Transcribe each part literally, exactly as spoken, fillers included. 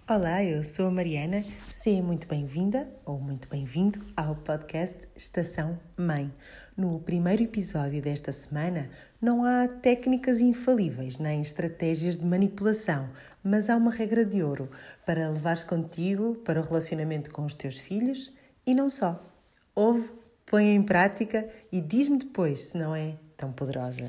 Olá, eu sou a Mariana, seja muito bem-vinda ou muito bem-vindo ao podcast Estação Mãe. No primeiro episódio desta semana não há técnicas infalíveis nem estratégias de manipulação, mas há uma regra de ouro para levares contigo para o relacionamento com os teus filhos e não só. Ouve, põe em prática e diz-me depois se não é tão poderosa.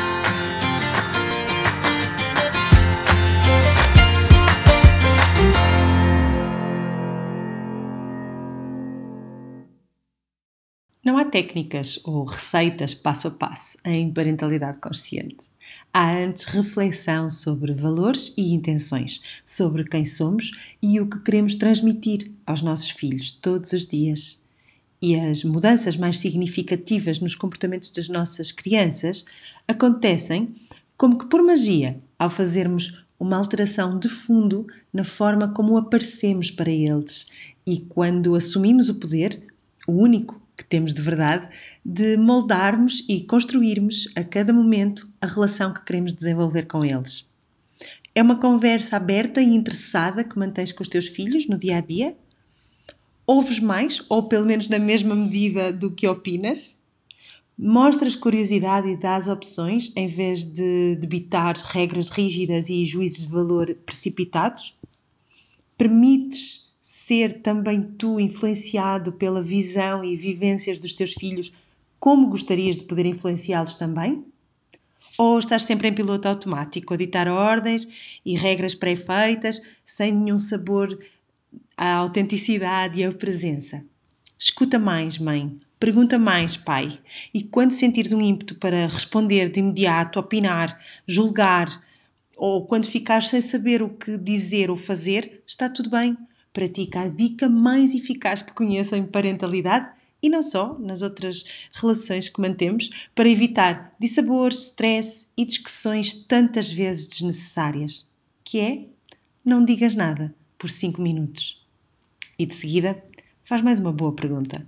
Não há técnicas ou receitas passo a passo em parentalidade consciente. Há antes reflexão sobre valores e intenções, sobre quem somos e o que queremos transmitir aos nossos filhos todos os dias. E as mudanças mais significativas nos comportamentos das nossas crianças acontecem como que por magia, ao fazermos uma alteração de fundo na forma como aparecemos para eles e quando assumimos o poder, o único que temos de verdade, de moldarmos e construirmos a cada momento a relação que queremos desenvolver com eles. É uma conversa aberta e interessada que mantens com os teus filhos no dia a dia? Ouves mais, ou pelo menos na mesma medida do que opinas? Mostras curiosidade e dás opções em vez de debitar regras rígidas e juízos de valor precipitados? Permites ser também tu influenciado pela visão e vivências dos teus filhos como gostarias de poder influenciá-los também? Ou estás sempre em piloto automático a ditar ordens e regras pré-feitas sem nenhum sabor à autenticidade e à presença? Escuta mais, mãe. Pergunta mais, pai. E quando sentires um ímpeto para responder de imediato, opinar, julgar, ou quando ficares sem saber o que dizer ou fazer, está tudo bem. Pratica a dica mais eficaz que conheço em parentalidade e não só, nas outras relações que mantemos, para evitar dissabores, stress e discussões tantas vezes desnecessárias, que é, não digas nada por cinco minutos. E de seguida, faz mais uma boa pergunta.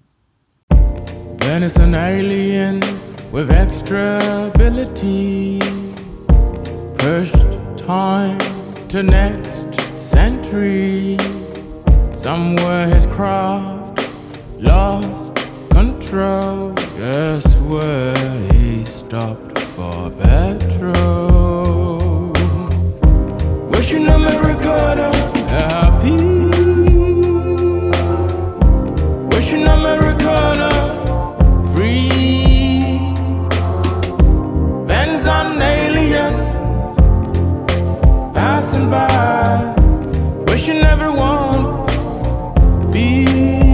When it's an alien with extra ability, pushed time to next century. Somewhere his craft lost control. Guess where he stopped for petrol. Wishing Americana happy. Wishing Americana free. Benz on alien passing by. Wishing everyone be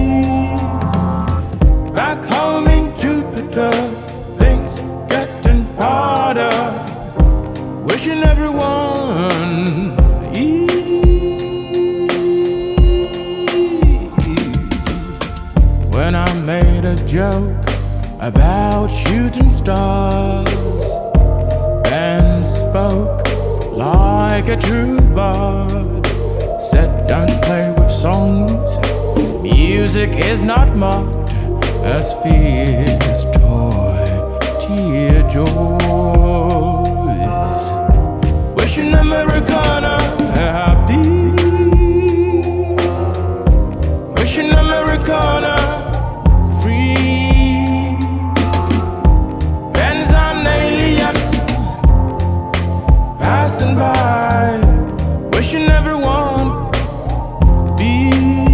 back home in Jupiter, things getting harder. Wishing everyone ease. When I made a joke about shooting stars, Ben spoke like a true bard. Said don't play with songs. Music is not mocked as fear's toy tear joys. Wishing Americana happy. Wishing Americana free. Benz on alien passing by. Wishing everyone be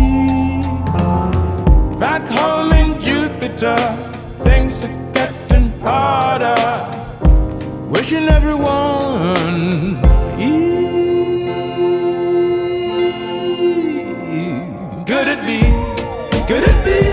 back home in Jupiter, things are getting harder. Wishing everyone ease. Could it be, could it be